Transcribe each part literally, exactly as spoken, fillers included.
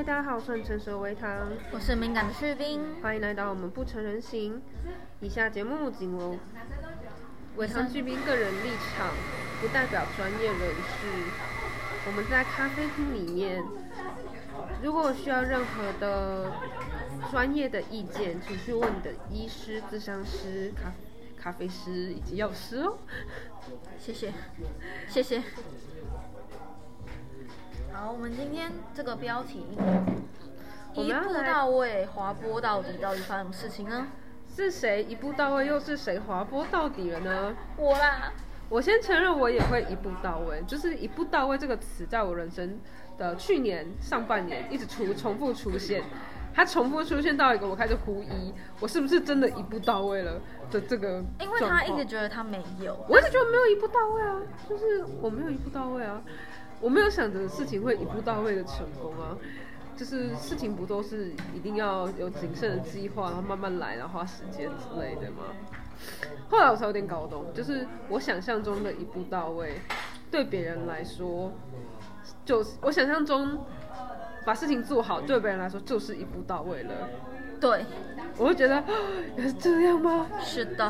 大家好，我是很成熟的微糖， 我是敏感的士兵， 欢迎来到我们不成人形。以下节目仅为微糖巨兵个人立场，不代表专业人士。我们在咖啡厅里面，如果需要任何的专业的意见，请去问你的医师、咨商师、咖咖啡师以及药师哦。 谢谢，谢谢。好，我们今天这个标题，一步到位，滑播到底，到底发生什么事情呢？ 是谁一步到位，又是谁滑播到底了呢？ 我啦。 我先承认，我也会一步到位，就是一步到位这个词，在我人生的去年上半年一直出重复出现，它重复出现到一个我开始狐疑，我是不是真的一步到位了的这个状况。 因为他一直觉得他没有， 我一直觉得没有一步到位啊，就是我没有一步到位啊。我没有想着事情会一步到位的成功啊，就是事情不都是一定要有谨慎的计划，然后慢慢来，然后花时间之类的吗？后来我才有点搞懂，就是我想象中的一步到位，对别人来说，就是我想象中把事情做好，对别人来说就是一步到位了。 对， 我会觉得原来是这样吗？ 是的。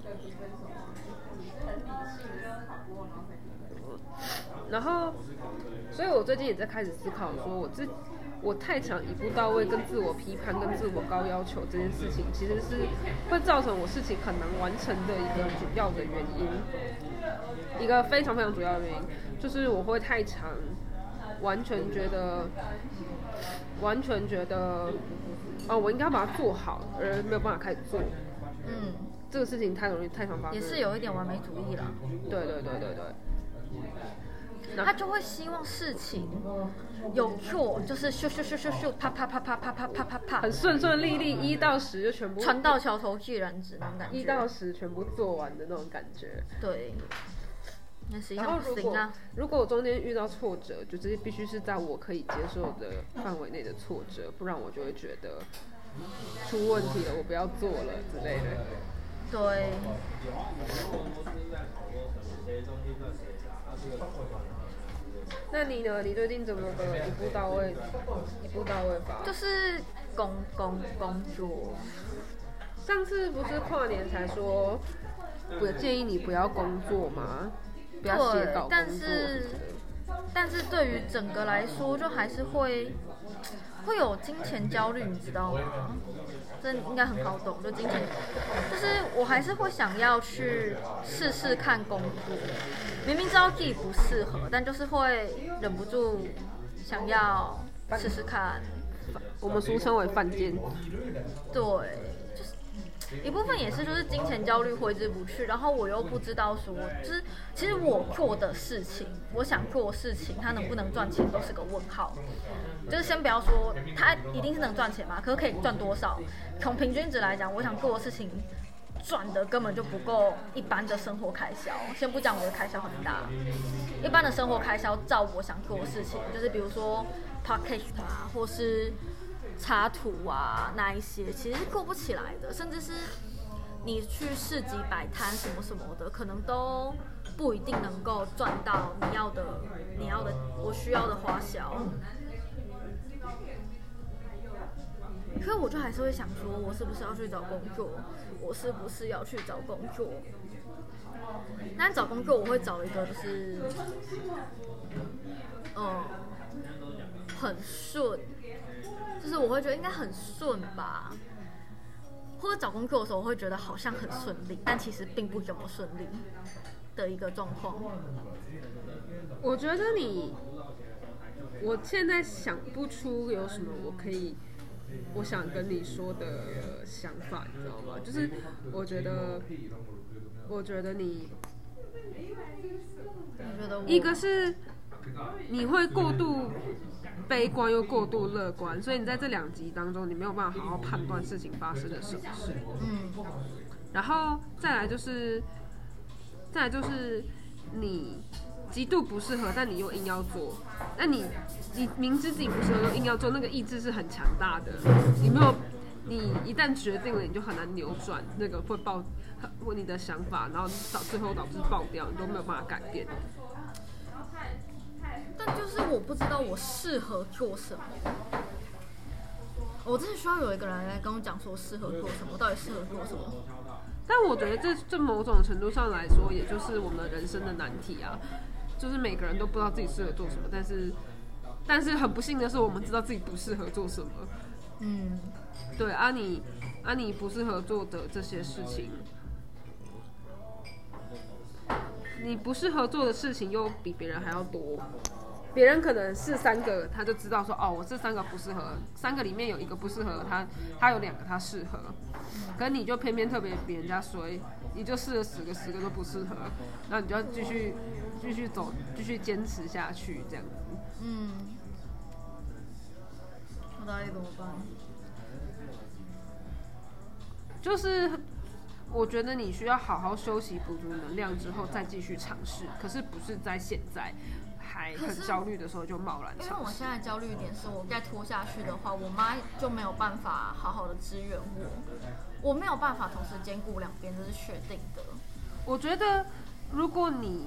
然后，所以我最近也在开始思考，说我自我太常一步到位，跟自我批判、跟自我高要求这件事情，其实是会造成我事情很难完成的一个主要的原因。一个非常非常主要的原因，就是我会太常完全觉得，完全觉得，哦，我应该把它做好，而没有办法开始做。 嗯， 这个事情太容易太常发生， 也是有一点完美主义啦。 对对对对对。 他就会希望事情有做，就是咻咻咻咻咻，啪啪啪啪啪啪啪啪啪， 很顺顺利利，一到十就全部船到桥头自然直那种感觉， 一到十全部做完的那种感觉。 对，那实际然上不行啊。 如果我中间遇到挫折，就这必须是在我可以接受的范围内的挫折，不然我就会觉得出问题了，我不要做了之类的。 对。 那你呢？你最近怎么个一步到位？一步到位法？ 就是工工工作。 上次不是跨年才说，我建议你不要工作吗？不要写稿工作。 但是，但是对于整个来说，就还是会会有金钱焦虑，你知道吗？这应该很好懂，就金钱，就是我还是会想要去试试看工作，明明知道自己不适合，但就是会忍不住想要试试看。 我们俗称为犯贱。 对，就是一部分也是就是金钱焦虑挥之不去，然后我又不知道说，就是其实我做的事情，我想做的事情，它能不能赚钱都是个问号。就是先不要说它一定是能赚钱嘛，可是可以赚多少？从平均值来讲，我想做的事情赚的根本就不够一般的生活开销。先不讲我的开销很大，一般的生活开销照我想做的事情，就是比如说 podcast 啊，或是插图啊那一些，其实是做不起来的，甚至是你去市集摆摊什么什么的，可能都不一定能够赚到你要的、你要的、我需要的花销。所以我就还是会想说，我是不是要去找工作？我是不是要去找工作？那找工作我会找一个就是，嗯，很顺，就是我会觉得应该很顺吧。或者找工作的时候，我会觉得好像很顺利，但其实并不怎么顺利的一个状况。 我觉得你，我现在想不出有什么我可以。我想跟你说的想法，你知道吗？就是我觉得，我觉得你，一个是你会过度悲观又过度乐观，所以你在这两集当中，你没有办法好好判断事情发生了什么事。嗯。然后再来就是，再来就是你极度不适合，但你又硬要做，那你你明知自己不适合又硬要做，那个意志是很强大的。你没有，你一旦决定了，你就很难扭转那个会爆你的想法，然后导最后导致爆掉，你都没有办法改变。 但就是我不知道我适合做什么。 我真的需要有一个人来跟我讲说适合做什么，到底适合做什么。 但我觉得这这某种程度上来说，也就是我们的人生的难题啊，就是每个人都不知道自己适合做什么，但是但是很不幸的是，我们知道自己不适合做什么。 嗯， 对啊你，啊你不适合做的这些事情，你不适合做的事情又比别人还要多。别人可能是三个，他就知道说，哦，我这三个不适合，三个里面有一个不适合他，他有两个他适合，可是你就偏偏特别比人家衰，你就试了十个，十个都不适合，那你就要继续继续走，继续坚持下去这样子。 嗯，我到底怎么办？ 就是我觉得你需要好好休息，补足能量之后再继续尝试，可是不是在现在还很焦虑的时候就贸然尝试。 因为我现在焦虑点是我再拖下去的话，我妈就没有办法好好的支援我，我没有办法同时兼顾两边，这是确定的。 我觉得如果你，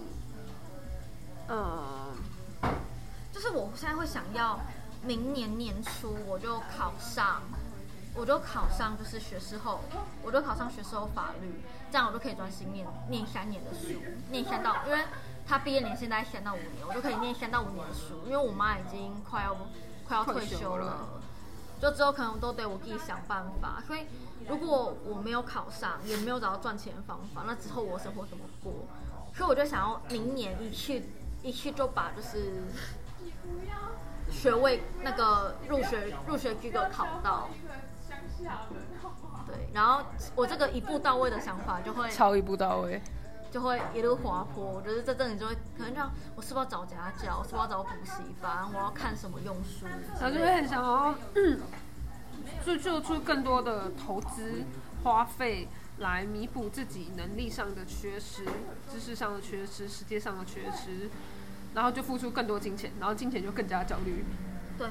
呃， 就是我现在会想要明年年初我就考上。我就考上就是学士后，我就考上学士后法律，这样我就可以专心念念三年的书，念三到，因为他毕业年限大概三到五年，我就可以念三到五年的书，因为我妈已经快要快要退休了，就之后可能都得我自己想办法。所以如果我没有考上，也没有找到赚钱的方法，那之后我生活怎么过？所以我就想要明年一去一去就把就是学位那个入学入学资格考到。对，然后我这个一步到位的想法就会超一步到位， 就会一路滑坡。我觉得在这里就会可能这样，我是不是要找家教？我是不是要找补习班？我要看什么用书？ 然后就会很想要，嗯，就做出更多的投资花费来弥补自己能力上的缺失、知识上的缺失、时间上的缺失，然后就付出更多金钱，然后金钱就更加焦虑。 对。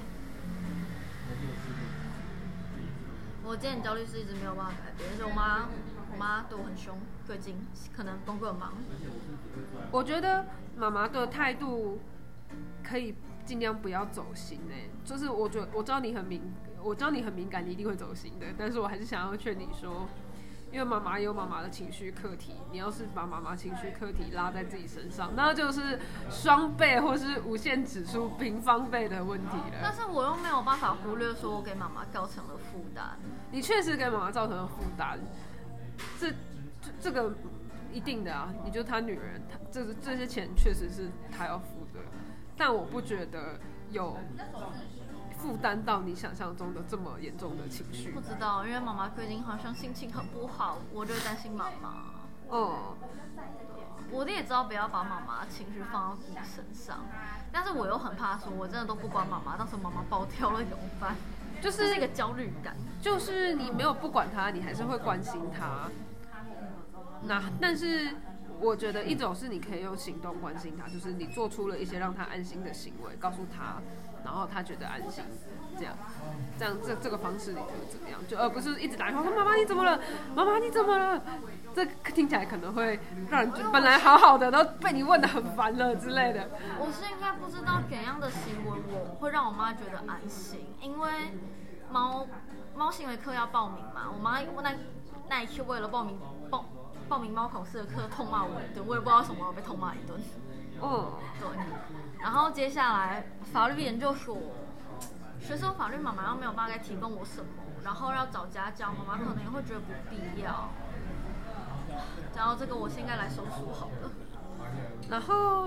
我之前焦虑是一直没有办法改变，而且我妈，我妈对我很凶，最近可能工作很忙。 我觉得妈妈的态度可以尽量不要走心诶、欸，就是我觉得我知道你很敏，我知道你很敏感，你一定会走心的，但是我还是想要劝你说，因为妈妈有妈妈的情绪课题，你要是把妈妈情绪课题拉在自己身上，那就是双倍或是无限指数平方倍的问题了。 但是我又没有办法忽略说我给妈妈造成了负担。 你确实给妈妈造成了负担，这这这个一定的啊，你就她女人，她这这些钱确实是她要付的，但我不觉得有负担到你想象中的这么严重的情绪。 不知道，因为妈妈最近好像心情很不好，我就会担心妈妈。 哦、嗯， 我也知道不要把妈妈情绪放到自己身上，但是我又很怕说，我真的都不管妈妈，到时候妈妈爆跳了怎么办？就是一个焦虑感， 就是你没有不管她，你还是会关心她。那但是我觉得一种是你可以用行动关心她，就是你做出了一些让她安心的行为，告诉她，然后她觉得安心，这样，这样这这个方式你觉得怎么样？就而不是一直打电话说妈妈你怎么了？妈妈你怎么了？这听起来可能会让人本来好好的都被你问得很烦了之类的。 我是应该不知道怎样的行为我会让我妈觉得安心，因为猫猫行为课要报名嘛，我妈那那一次为了报名报报名猫考试的课痛骂我一顿，我也不知道什么被痛骂一顿。 哦， 对。然后接下来法律研究所，学生法律妈妈要没有办法提供我什么，然后要找家教，妈妈可能也会觉得不必要。然后这个我先应该来收书好了。 然后，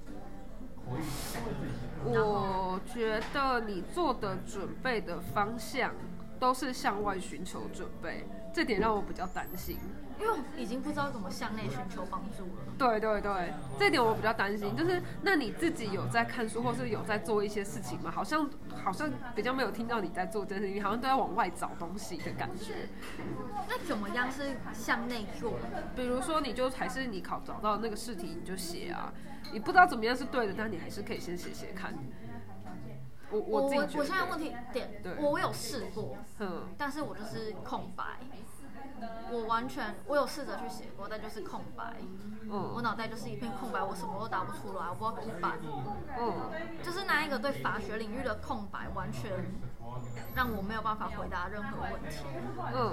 我觉得你做的准备的方向都是向外寻求准备，这点让我比较担心。 因为我已经不知道怎么向内寻求帮助了。 对对对，这点我比较担心。就是那你自己有在看书，或是有在做一些事情吗？好像好像比较没有听到你在做这件事情，你好像都在往外找东西的感觉。 那怎么样是向内做？ 比如说，你就还是你考找到那个试题你就写啊，你不知道怎么样是对的，但你还是可以先写写看。我我自己觉得， 我现在问题点，我我有试过，嗯，但是我就是空白。我完全，我有试着去写过，但就是空白。嗯，我脑袋就是一片空白，我什么都打不出来，我不知道怎么办。嗯，就是那一个对法学领域的空白，完全让我没有办法回答任何问题。 嗯，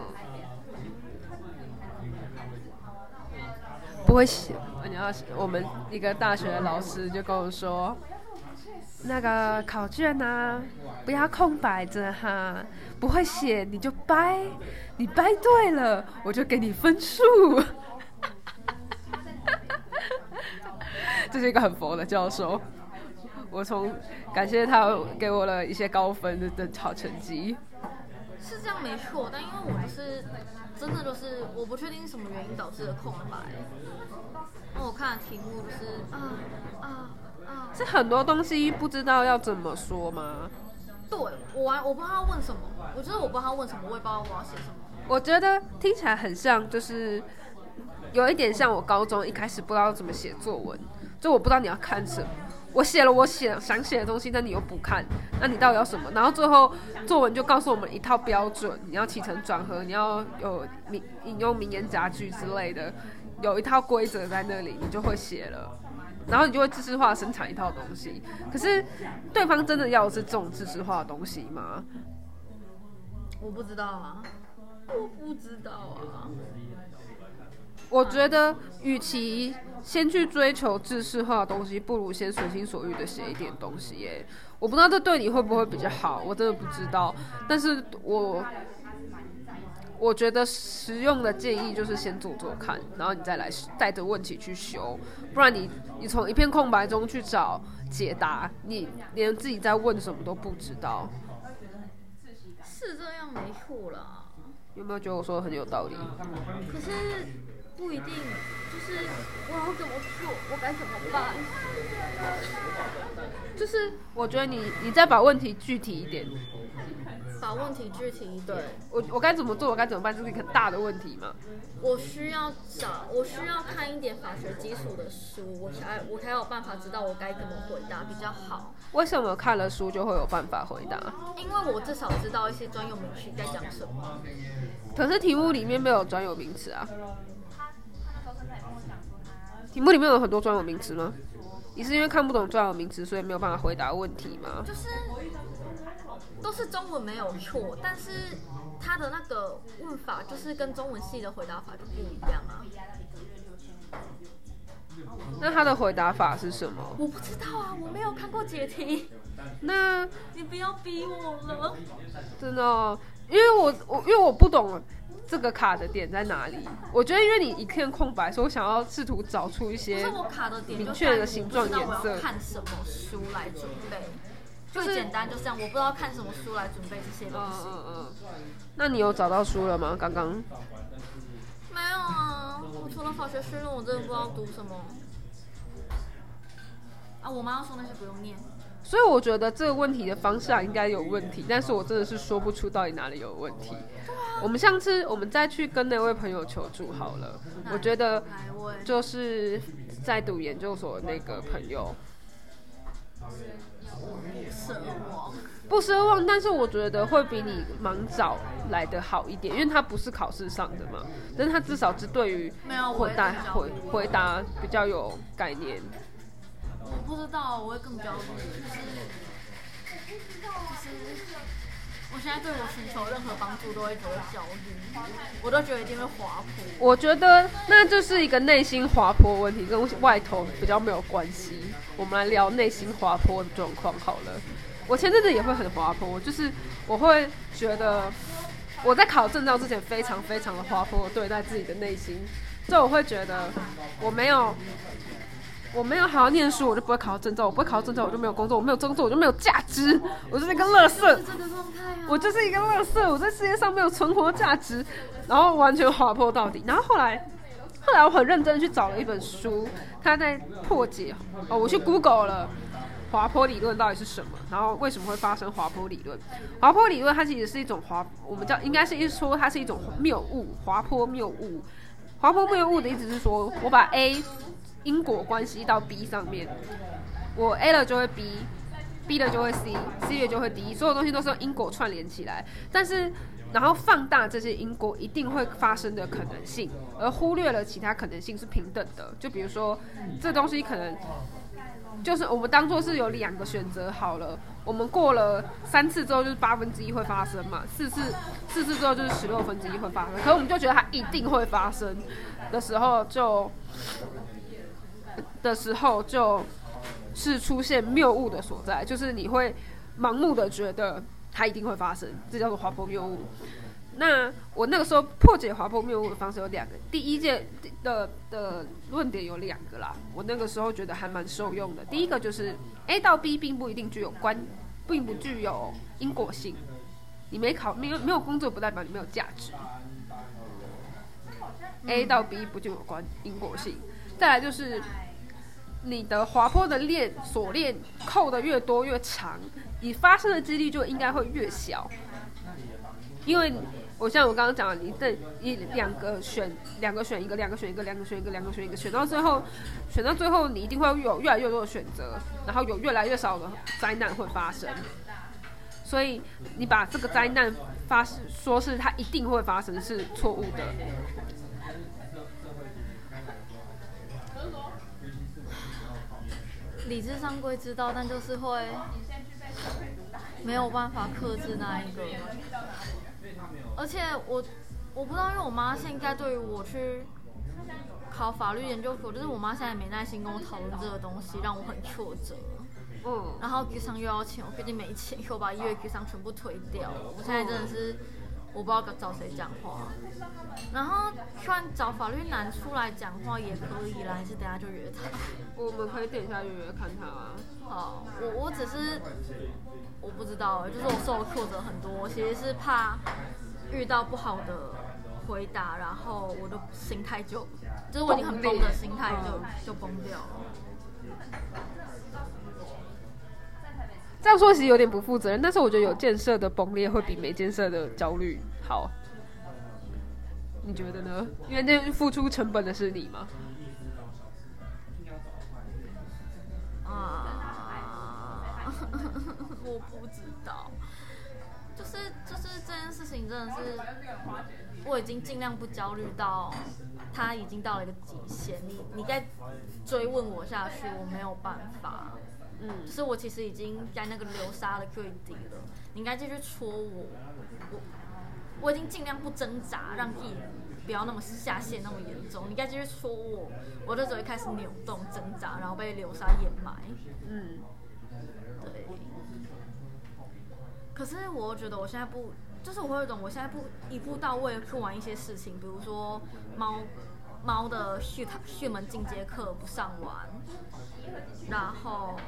不会写。你要我们一个大学的老师就跟我说，那个考卷啊，不要空白着哈，不会写你就掰，你掰对了我就给你分数。这是一个很佛的教授，我从感谢他给我了一些高分 的, 的好成绩。 是这样没错，但因为我就是真的就是我不确定是什么原因导致的空白。那我看的题目就是啊啊啊， 是很多东西不知道要怎么说吗？ 对，我完我不知道问什么，我觉得我不知道问什么，我也不知道我要写什么。 我觉得听起来很像，就是有一点像我高中一开始不知道怎么写作文，就我不知道你要看什么。我写了我写想写的东西，但你又不看，那你到底要什么？然后最后作文就告诉我们一套标准，你要起承转合，你要有引用名言佳句之类的，有一套规则在那里，你就会写了，然后你就会知识化生产一套东西。可是对方真的要的是这种知识化的东西吗？ 我不知道啊，我不知道啊。 我觉得，与其先去追求知识化的东西，不如先随心所欲的写一点东西耶。我不知道这对你会不会比较好，我真的不知道。但是我我觉得实用的建议就是先做做看，然后你再来带着问题去修，不然你你从一片空白中去找解答，你连自己在问什么都不知道。 是这样没错啦。 有没有觉得我说的很有道理？ 可是不一定，就是我要怎么做，我该怎么办？ 就是我觉得你你再把问题具体一点， 把问题具体一点。 我我该怎么做，我该怎么办，这是一个很大的问题嘛。 我需要找，我需要看一点法学基础的书，我才我才有办法知道我该怎么回答比较好。 为什么看了书就会有办法回答？ 因为我至少知道一些专有名词在讲什么。 可是题目里面没有专有名词啊。题目里面有很多专有名词吗？你是因为看不懂专有名词，所以没有办法回答问题吗？ 就是都是中文没有错，但是它的那个问法就是跟中文系的回答法就不一样啊。 那他的回答法是什么？ 我不知道啊，我没有看过解题。 那你不要逼我了。 真的哦，因为我我因为我不懂这个卡的点在哪里。我觉得因为你一片空白，所以我想要试图找出一些明确的形状、颜色。 看什么书来准备？最简单就是这样，我不知道看什么书来准备这些东西。 嗯嗯嗯。那你有找到书了吗？刚刚？ 没有啊，我除了法学绪论，我真的不知道读什么。啊，我妈要说那些不用念。 所以我觉得这个问题的方向应该有问题，但是我真的是说不出到底哪里有问题。我们上次我们再去跟那位朋友求助好了。我觉得就是在读研究所的那个朋友。 不奢望。 不奢望，但是我觉得会比你盲找来的好一点，因为他不是考试上的嘛，但是他至少是对于回答回回答比较有概念。 我不知道，我会更焦虑，就是就是我现在对我寻求任何帮助都会觉得焦虑，我都觉得一定会滑坡。 我觉得那就是一个内心滑坡问题，跟外头比较没有关系。我们来聊内心滑坡的状况好了。我前阵子也会很滑坡，就是我会觉得我在考证照之前非常非常的滑坡对待自己的内心，所以我会觉得我没有我没有好好念书，我就不会考到证照，我不会考到证照，我就没有工作，我没有工作，我就没有价值，我就是一个垃圾，我就是一个垃圾，我在世界上没有存活价值，然后完全滑坡到底。然后后来后来我很认真去找了一本书，他在破解哦，我去 Google 了滑坡理论到底是什么，然后为什么会发生滑坡理论。滑坡理论它其实是一种滑，我们叫应该是一说它是一种谬误，滑坡谬误。滑坡谬误的意思是说，我把 A 因果关系到 B 上面，我 A 了就会 B，B 了就会 C，C 了就会 D， 所有东西都是用因果串联起来，但是然后放大这些因果一定会发生的可能性，而忽略了其他可能性是平等的。就比如说，这东西可能就是我们当做是有两个选择好了，我们过了三次之后就是八分之一会发生嘛，四次四次之后就是十六分之一会发生，可是我们就觉得它一定会发生的时候就的时候就是出现谬误的所在，就是你会盲目的觉得它一定会发生，这叫做滑坡谬误。那我那个时候破解滑坡谬误的方式有两个，第一件的的论点有两个啦，我那个时候觉得还蛮受用的。第一个就是 A 到 B 并不一定具有关，并不具有因果性，你没考没有没有工作不代表你没有价值。A 到 B 不就有关因果性？再来就是你的滑坡的链锁链扣的越多越长，你发生的几率就应该会越小，因为我像我刚刚讲的，你这一两个选两个选一个，两个选一个，两个选一个，两个选一个，选到最后，选到最后，你一定会有越来越多的选择，然后有越来越少的灾难会发生。所以你把这个灾难发说是它一定会发生是错误的。 理智上归知道，但就是会没有办法克制那一个。而且我我不知道，因为我妈现在对于我去考法律研究所，就是我妈现在没耐心跟我讨论这个东西，让我很挫折。嗯。然后居上又要钱，我决定没钱，我把一月居上全部推掉。我现在真的是我不知道找谁讲话。然后突然找法律男出来讲话也可以啦，还是等下就约他？ 我们可以等一下约约看他啊。 好，我我只是我不知道，就是我受挫折很多，我其实是怕遇到不好的回答，然后我的心态就，就是我已经很崩的心态就就崩掉了。 这样说其实有点不负责任，但是我觉得有建设的崩裂会比没建设的焦虑好。你觉得呢？因为那付出成本的是你吗？ 啊，我不知道。就是就是这件事情真的是，我已经尽量不焦虑到，它已经到了一个极限。你你再追问我下去，我没有办法。嗯，就是我其实已经在那个流沙的最底了，你应该继续戳我，我我已经尽量不挣扎，让自己不要那么下陷那么严重。你应该继续戳我，我就只会开始扭动挣扎，然后被流沙掩埋。嗯，对。可是我觉得我现在不，就是我会有一种我现在不一步到位去玩一些事情，比如说猫猫的序序门进阶课不上完。然后，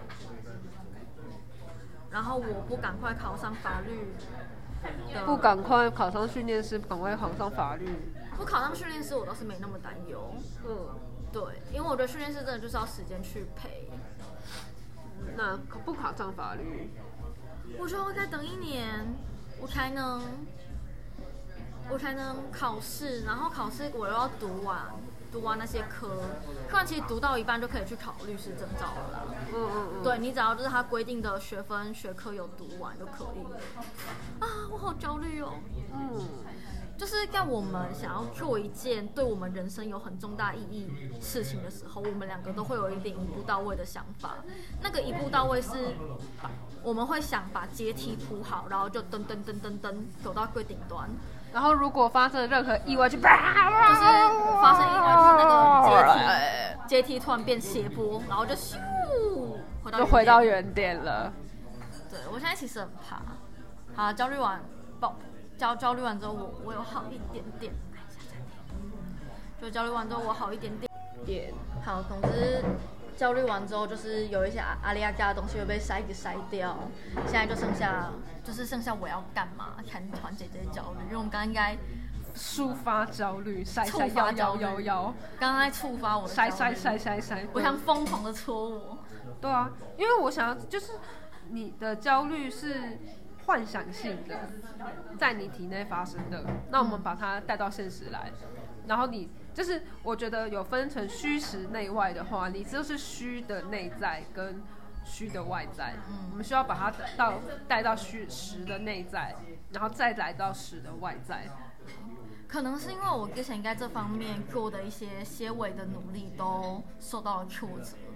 然后我不赶快考上法律， 不赶快考上训练师，不赶快考上法律。 不考上训练师，我倒是没那么担忧。嗯，对，因为我觉得训练师真的就是要时间去陪。 那不考上法律， 我觉得我该等一年，我才能，我才能考试，然后考试我又要读完。读完那些科，突然其实读到一半就可以去考律师证照了啦。嗯嗯嗯。对，你只要就是他规定的学分学科有读完就可以了。啊，我好焦虑哦。嗯。就是在我们想要做一件对我们人生有很重大意义事情的时候，我们两个都会有一点一步到位的想法。那个一步到位是，我们会想把阶梯铺好，然后就噔噔噔噔噔走到最顶端。 然后如果发生任何意外，就就是发生意外，就是那个阶梯阶梯突然变斜坡，然后就咻回到就回到原点了。 对，我现在其实很怕。好，焦虑完爆焦焦虑完之后，我我有好一点点。就焦虑完之后，我好一点点。好，总之焦虑完之后，就是有一些阿里亚加的东西会被筛给筛掉。现在就剩下，就是剩下我要干嘛才能缓解这些焦虑？因为我们刚刚应该抒发焦虑，筛筛摇摇摇摇， 刚刚在触发我的筛筛筛筛筛， 我想疯狂的戳我。 对啊，因为我想要就是你的焦虑是幻想性的，在你体内发生的，那我们把它带到现实来，然后你。就是我觉得有分成虚实内外的话，你就是虚的内在跟虚的外在，嗯、我们需要把它到带到虚实的内在，然后再来到实的外在。 可能是因为我之前在这方面做的一些些微的努力都受到了挫折，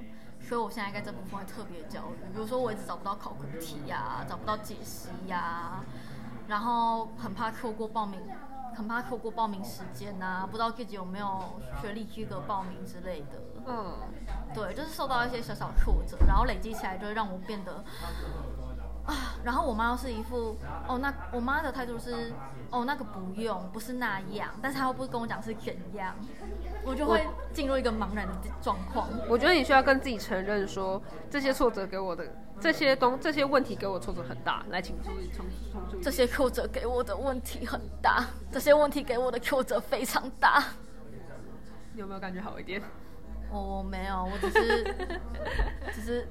所以我现在在这部分会特别焦虑。比如说我一直找不到考古题呀、啊，找不到解析呀、啊，然后很怕错过报名，很怕错过报名时间呐、啊，不知道自己有没有学历资格报名之类的。 嗯， 对，就是受到一些小小挫折，然后累积起来就会让我变得。啊，然后我妈又是一副哦，那我妈的态度是哦，那个不用，不是那样，但是她又不跟我讲是怎样，我就会进入一个茫然的状况。 我觉得你需要跟自己承认说，这些挫折给我的这些东这些问题给我挫折很大。来，请注意，重重注意。 这些挫折给我的问题很大，这些问题给我的挫折非常大。 你有没有感觉好一点？ 我、哦、没有，我只是只是。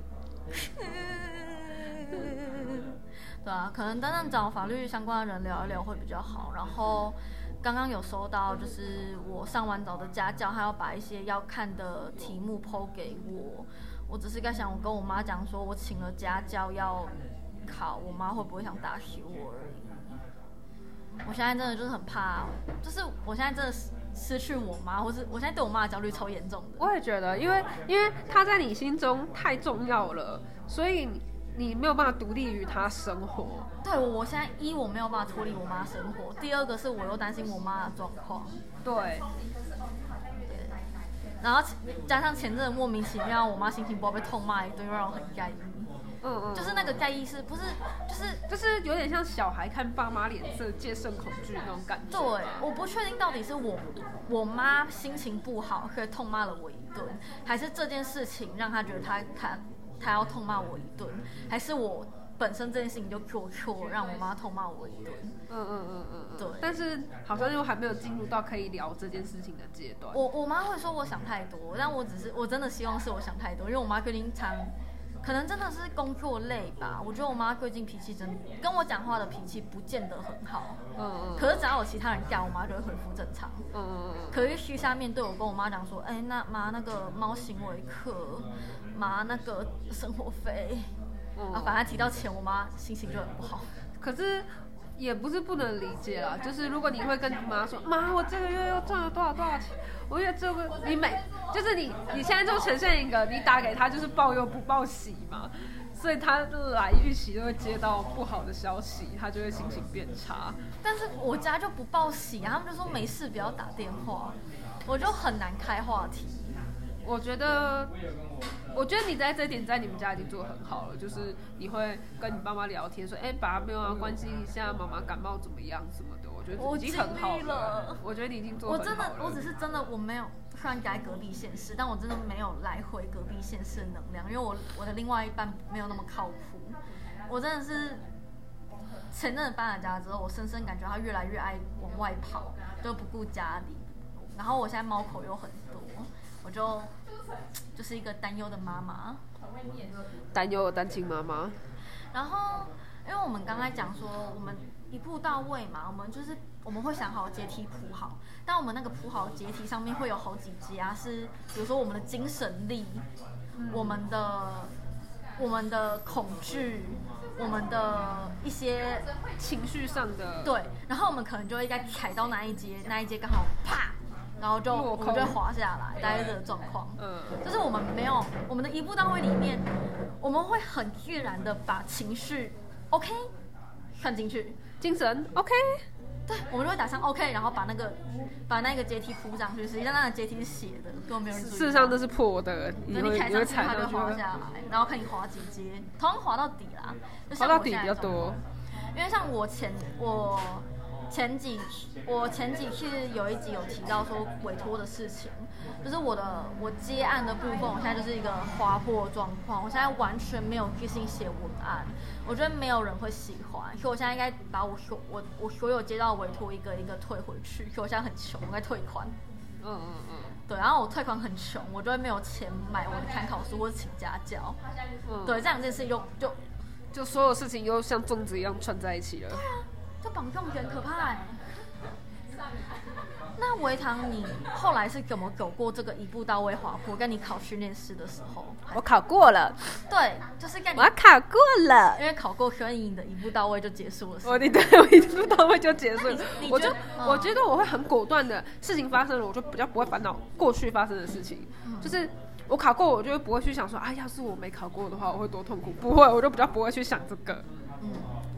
对啊，可能单单找法律相关的人聊一聊会比较好。然后刚刚有收到，就是我上完早的家教，他要把一些要看的题目 po 给我。我只是在想，我跟我妈讲说，我请了家教要考，我妈会不会想打死我而已。我现在真的就是很怕，就是我现在真的失去我妈，或是我现在对我妈的焦虑超严重的。 我也觉得，因为因为她在你心中太重要了，所以你。你没有办法独立于他生活。 对，我现在一我没有办法脱离我妈生活，第二个是我又担心我妈的状况。 对，对。 然后加上前阵子莫名其妙，我妈心情不好被痛骂一顿，又让我很在意。嗯嗯。就是那个在意是不是就是就是有点像小孩看爸妈脸色戒慎恐惧那种感觉。 对，我不确定到底是我我妈心情不好，所以痛骂了我一顿，还是这件事情让她觉得她她。他要痛骂我一顿，还是我本身这件事情就做错，让我妈痛骂我一顿？ 嗯嗯嗯嗯嗯。 对。 但是好像又还没有进入到可以聊这件事情的阶段。 我我妈会说我想太多，但我只是我真的希望是我想太多，因为我妈最近常，可能真的是工作累吧。我觉得我妈最近脾气真跟我讲话的脾气不见得很好。嗯嗯。可是只要有其他人叫，我妈就会恢复正常。嗯嗯嗯。可是私下面对我跟我妈讲说，哎、欸，那妈那个猫行为课。妈那个生活费、嗯、啊，反正提到钱，我妈心情就很不好。 可是也不是不能理解啦，就是如果你会跟你妈说，妈，我这个月又赚了多少多少钱，我月这个你每就是你你现在就呈现一个你打给他就是报忧不报喜嘛，所以他来预期就会接到不好的消息，他就会心情变差。 但是我家就不报喜啊，他们就说没事不要打电话，我就很难开话题。 我觉得，我觉得你在这点在你们家已经做得很好了，就是你会跟你爸妈聊天，说，哎、欸，爸没有啊，关心一下妈妈感冒怎么样什么的。我觉得已经很好了。我觉得你已经做得很好了。 我真的，我只是真的我没有，虽然改隔壁县市，但我真的没有来回隔壁县市的能量，因为我我的另外一半没有那么靠谱。我真的是前阵子搬了家之后，我深深感觉他越来越爱往外跑，就不顾家里。然后我现在猫口又很多。我就就是一个担忧的妈妈， 担忧的单亲妈妈。 然后，因为我们刚才讲说，我们一步到位嘛，我们就是我们会想好阶梯铺好，但我们那个铺好的阶梯上面会有好几家是，比如说我们的精神力，嗯、我们的我们的恐惧，我们的一些情绪上的对，然后我们可能就会在踩到那一阶，那一阶刚好啪。然后就我们就会滑下来，大概这个状况。嗯，就是我们没有我们的一步到位里面，我们会很自然的把情绪 OK 看进去， 精神 OK， 对，我们就会打上 OK， 然后把那个把那个阶梯铺上去。实际上那个阶梯是斜的，根本没有人注意。 事实上都是破的， 你你踩上去它就滑下来，然后看你滑几阶，通常滑到底啦， 滑到底比较多。 因为像我前我。前几我前几次有一集有提到说委托的事情，就是我的我接案的部分，我现在就是一个滑坡状况，我现在完全没有自信写文案，我觉得没有人会喜欢，所以我现在应该把我所我我所有接到的委托一个一个退回去，所以我现在很穷，我在退款。嗯嗯嗯。对，然后我退款很穷，我就会没有钱买我的参考书或者请家教。嗯。对，这两件事就就就所有事情又像粽子一样串在一起了。 对啊。就绑重点可怕哎、欸。那维唐，你后来是怎么走过这个一步到位滑坡？跟你考训练师的时候， 我考过了。 对，就是跟你我考过了， 因为考过，所以你的一步到位就结束了。 我你对我一步到位就结束了。我就、 嗯、 我觉得我会很果断的，事情发生了，我就比较不会烦恼过去发生的事情。嗯、就是我考过，我就不会去想说，啊，要是我没考过的话，我会多痛苦。不会，我就比较不会去想这个。 嗯。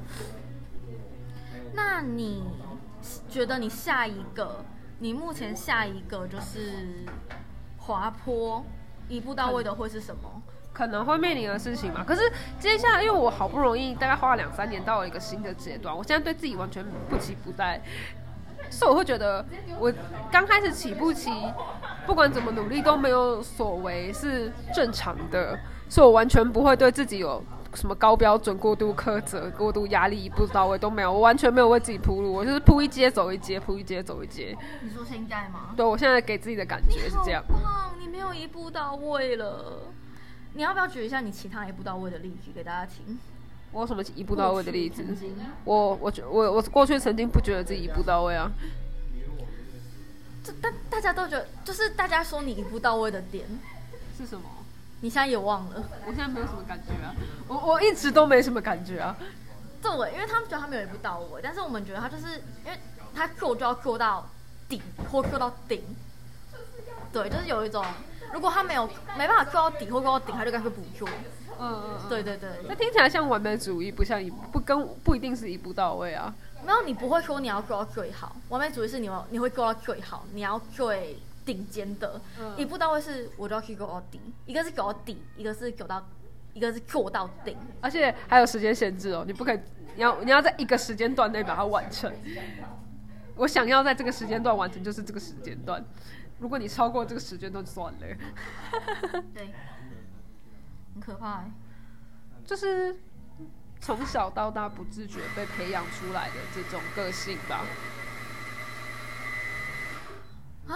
那你觉得你下一个，你目前下一个就是滑坡一步到位的会是什么？ 可能会面临的事情嘛。可是接下来，因为我好不容易大概花了两三年到了一个新的阶段，我现在对自己完全不期不待。所以我会觉得，我刚开始起步期，不管怎么努力都没有所谓是正常的，所以我完全不会对自己有什么高标准、过度苛责、过度压力，一步到位都没有。我完全没有为自己铺路，我就是铺一阶走一阶，铺一阶走一阶。 你说现在吗？ 对，我现在给自己的感觉是这样。 你好棒，你没有一步到位了。你要不要举一下你其他一步到位的例子给大家听？ 我有什么一步到位的例子？我我我我过去曾经不觉得自己一步到位啊。 这大大家都觉得，就是大家说你一步到位的点是什么？ 你现在也忘了？ 我现在没有什么感觉啊，我我一直都没什么感觉啊。 对，因为他们觉得他没有一步到位，但是我们觉得他就是因为他做就要做到底或做到顶。对，就是有一种，如果他没有没办法做到底或做到顶，他就干脆不做。嗯嗯，对对对， 那听起来像完美主义，不像一不跟不一定是一步到位啊。 没有，你不会说你要做到最好，完美主义是你你会做到最好，你要最顶尖的。嗯、一步到位是我就要去做到底，一个是做到底，一个是做到，一个是做到顶， 而且还有时间限制哦，你不可以，你要你要在一个时间段内把它完成。我想要在这个时间段完成，就是这个时间段。如果你超过这个时间段，算了。 对。很可怕欸， 就是从小到大不自觉被培养出来的这种个性吧。 啊，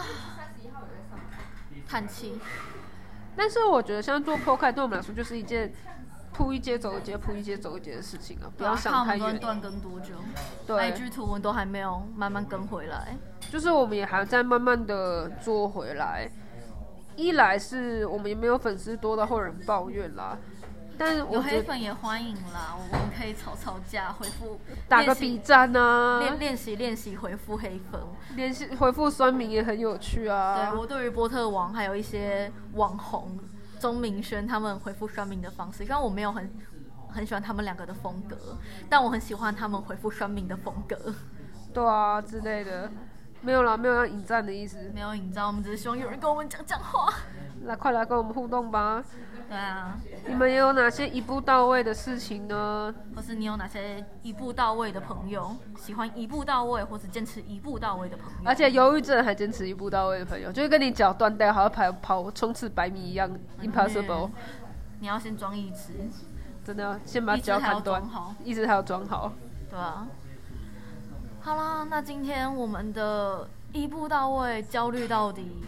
叹气。 但是我觉得像做 podcast 对我们来说就是一件铺一阶走一阶、铺一阶走一阶的事情啊，不要想太远。 看我们断更多久？ 对 ，I G 图文都还没有慢慢跟回来。 就是我们也还在慢慢的做回来。一来是我们也没有粉丝多到会有人抱怨啦，但是有黑粉也欢迎啦，我们可以吵吵架，回复打个比战啊， 练练习练习回复黑粉， 练习回复酸民也很有趣啊。 对，我对于波特王还有一些网红钟明轩他们回复酸民的方式，虽然我没有很很喜欢他们两个的风格，但我很喜欢他们回复酸民的风格。 对啊，之类的。没有啦，没有要引战的意思。 没有引战，我们只是希望有人跟我们讲讲话。 来，快来跟我们互动吧。 对啊。 你们有哪些一步到位的事情呢？ 或是你有哪些一步到位的朋友？喜欢一步到位，或是坚持一步到位的朋友？ 而且忧郁症还坚持一步到位的朋友，就是跟你脚断掉，好像跑跑冲刺百米一样 ，impossible。 你要先装义肢。 真的要先把脚砍断，一直还要装好。 对啊。好啦，那今天我们的一步到位，焦虑到底，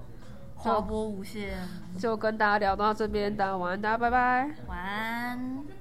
滑波无限， 就跟大家聊到这边，大家晚安，大家拜拜， 晚安。